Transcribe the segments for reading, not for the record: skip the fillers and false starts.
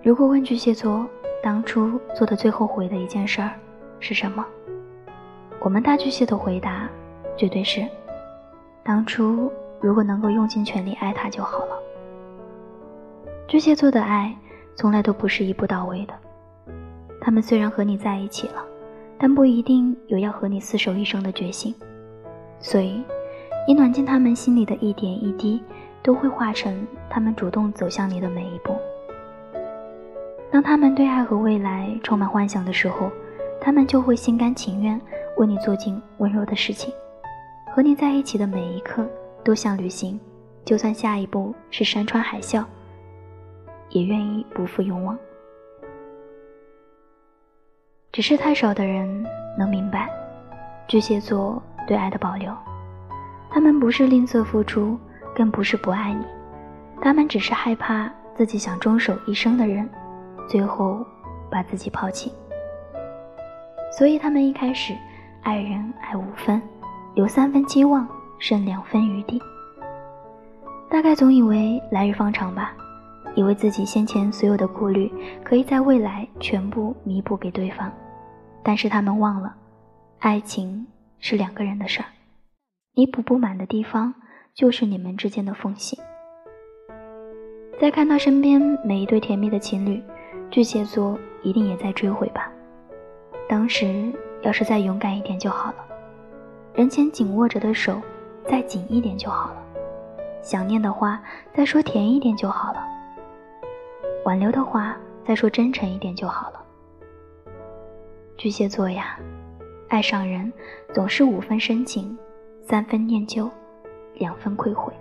如果问巨蟹座当初做的最后悔的一件事儿是什么，我们大巨蟹的回答绝对是，当初如果能够用尽全力爱他就好了。巨蟹座的爱从来都不是一步到位的，他们虽然和你在一起了，但不一定有要和你厮守一生的决心，所以你暖进他们心里的一点一滴都会化成他们主动走向你的每一步。当他们对爱和未来充满幻想的时候，他们就会心甘情愿为你做尽温柔的事情，和你在一起的每一刻都像旅行，就算下一步是山川海啸，也愿意不负勇往。只是太少的人能明白巨蟹座对爱的保留，他们不是吝啬付出，更不是不爱你，他们只是害怕自己想终守一生的人最后把自己抛弃，所以他们一开始爱人爱5分，留3分期望，剩2分余地。大概总以为来日方长吧，以为自己先前所有的顾虑可以在未来全部弥补给对方，但是他们忘了，爱情是2个人的事儿，你补不满的地方就是你们之间的缝隙。再看到身边每一对甜蜜的情侣，巨蟹座一定也在追悔吧，当时要是再勇敢一点就好了，人前紧握着的手再紧一点就好了，想念的话再说甜一点就好了，挽留的话再说真诚一点就好了。巨蟹座呀，爱上人总是5分深情，3分念旧，2分愧悔。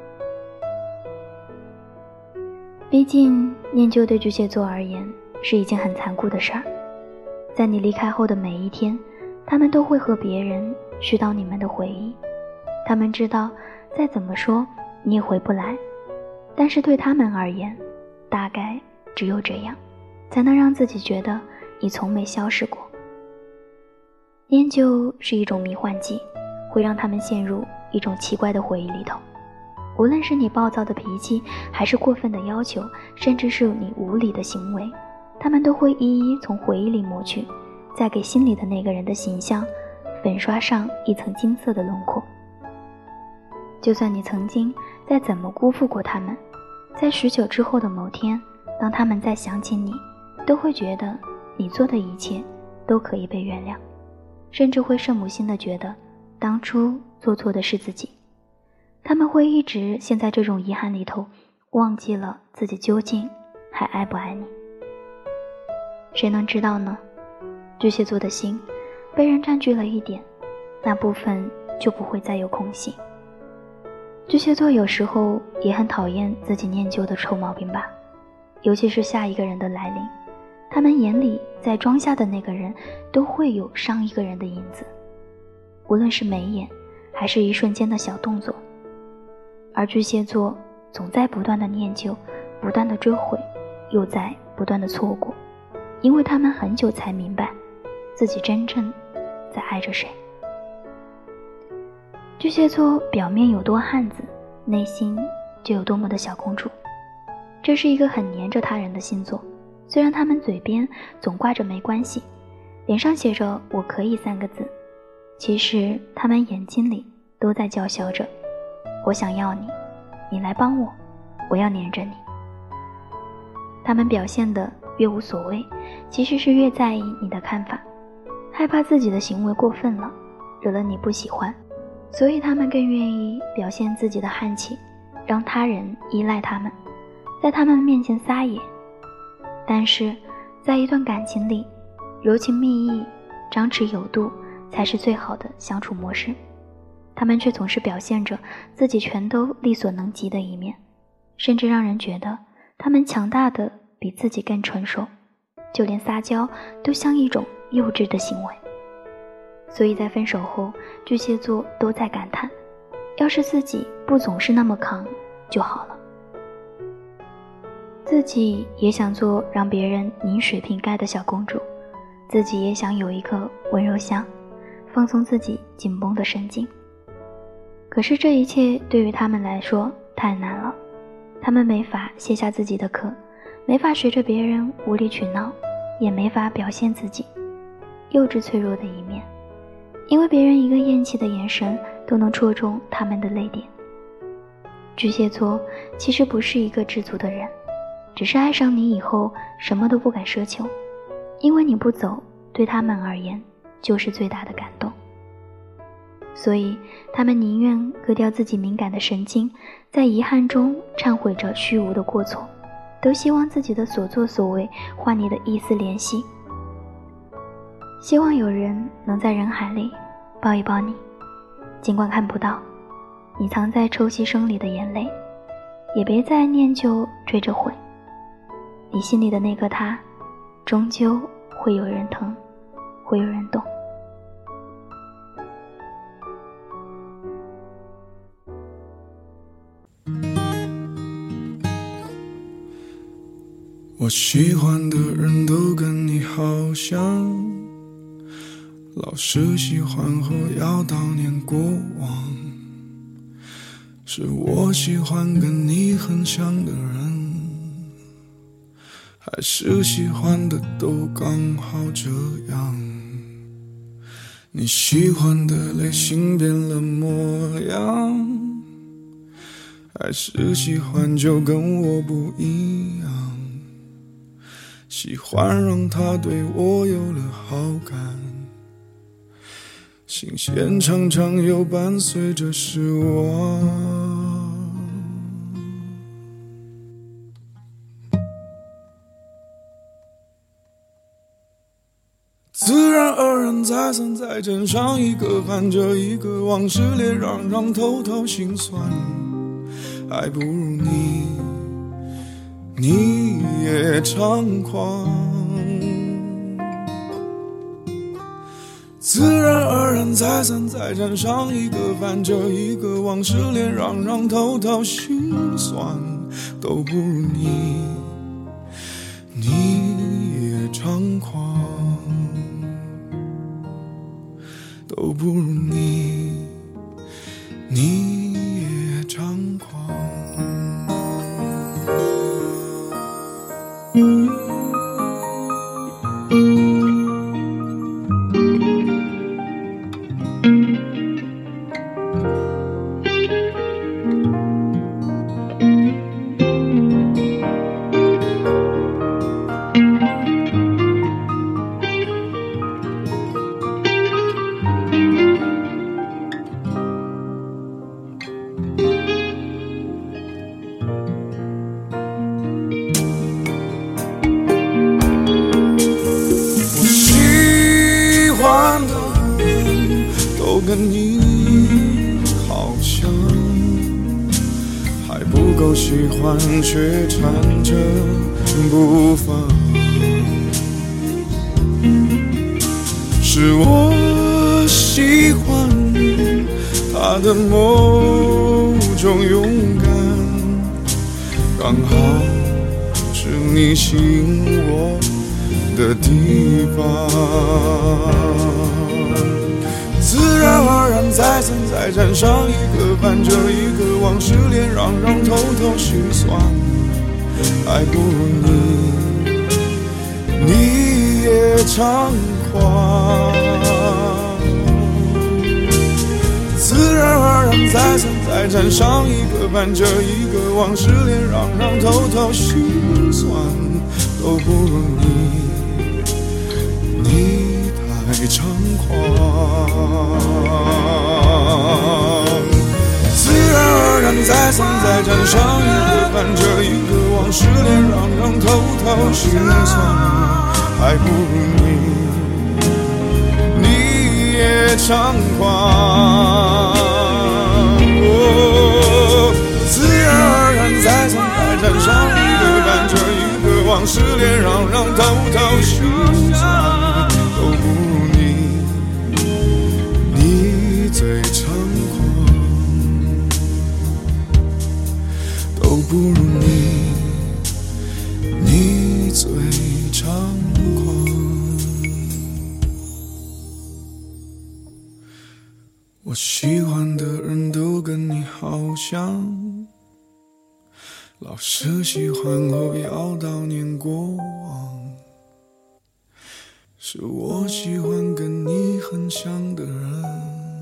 毕竟念旧对巨蟹座而言是一件很残酷的事儿，在你离开后的每一天，他们都会和别人絮叨你们的回忆，他们知道再怎么说你也回不来，但是对他们而言，大概只有这样才能让自己觉得你从没消失过。念旧是一种迷幻剂，会让他们陷入一种奇怪的回忆里头，无论是你暴躁的脾气，还是过分的要求，甚至是你无理的行为，他们都会一一从回忆里抹去，再给心里的那个人的形象粉刷上一层金色的轮廓。就算你曾经再怎么辜负过他们，在许久之后的某天，当他们再想起你，都会觉得你做的一切都可以被原谅，甚至会圣母心地觉得当初做错的是自己。他们会一直陷在这种遗憾里头，忘记了自己究竟还爱不爱你。谁能知道呢？巨蟹座的心被人占据了一点，那部分就不会再有空隙。巨蟹座有时候也很讨厌自己念旧的臭毛病吧，尤其是下一个人的来临，他们眼里在装下的那个人都会有上一个人的影子，无论是眉眼还是一瞬间的小动作。而巨蟹座总在不断的念旧，不断的追悔，又在不断的错过，因为他们很久才明白自己真正在爱着谁。巨蟹座表面有多汉子，内心就有多么的小公主，这是一个很黏着他人的星座。虽然他们嘴边总挂着没关系，脸上写着我可以3个字，其实他们眼睛里都在叫嚣着我想要你，你来帮我，我要黏着你。他们表现得越无所谓，其实是越在意你的看法，害怕自己的行为过分了，惹了你不喜欢，所以他们更愿意表现自己的悍气，让他人依赖他们，在他们面前撒野。但是在一段感情里，柔情蜜意，张弛有度才是最好的相处模式。他们却总是表现着自己全都力所能及的一面，甚至让人觉得他们强大的比自己更成熟，就连撒娇都像一种幼稚的行为。所以在分手后，巨蟹座都在感叹，要是自己不总是那么扛就好了。自己也想做让别人拧水瓶盖的小公主，自己也想有一个温柔乡，放松自己紧绷的神经。可是这一切对于他们来说太难了，他们没法卸下自己的壳， 没法随着别人无理取闹，也没法表现自己幼稚脆弱的一面，因为别人一个厌弃的眼神都能戳中他们的泪点。巨蟹座其实不是一个知足的人，只是爱上你以后什么都不敢奢求，因为你不走，对他们而言就是最大的感动。所以他们宁愿割掉自己敏感的神经，在遗憾中忏悔着虚无的过错，都希望自己的所作所为换你的一丝怜惜。希望有人能在人海里抱一抱你，尽管看不到你藏在抽泣声里的眼泪，也别再念旧追着悔，你心里的那个他终究会有人疼，会有人懂。 我喜欢的人都跟你好像，老是喜欢和要悼念过往，是我喜欢跟你很像的人，还是喜欢的都刚好这样？你喜欢的类型变了模样，还是喜欢就跟我不一样？喜欢让他对我有了好感，新鲜常常又伴随着失望。自然而然再三再枕上一个伴着一个往事连让偷偷心酸，还不如你也猖狂。自然而然再三再枕上一个伴着一个往事连让偷偷心酸，都不如你也猖狂，都不如你也猖狂。跟你好像，还不够喜欢却缠着不放，是我喜欢他的某种勇敢，刚好是你吸引我的地方。自然而然再三再站上一个伴着一个往事连让偷偷心酸，还不如你也猖狂。自然而然再三再站上一个伴着一个往事连让偷偷心酸，都不如你太猖狂。自然而然再三再站上一个伴着一个往事连让偷偷心酸，还不如你也猖狂。自然而然再三再站上一个伴着一个往事连让偷偷心酸，都不如你最猖狂，都不如你最猖狂。我喜欢的人都跟你好像， 老是喜欢后要悼念过往，是我喜欢跟你很像的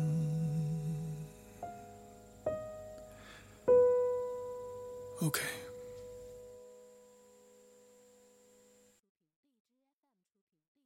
人。OK。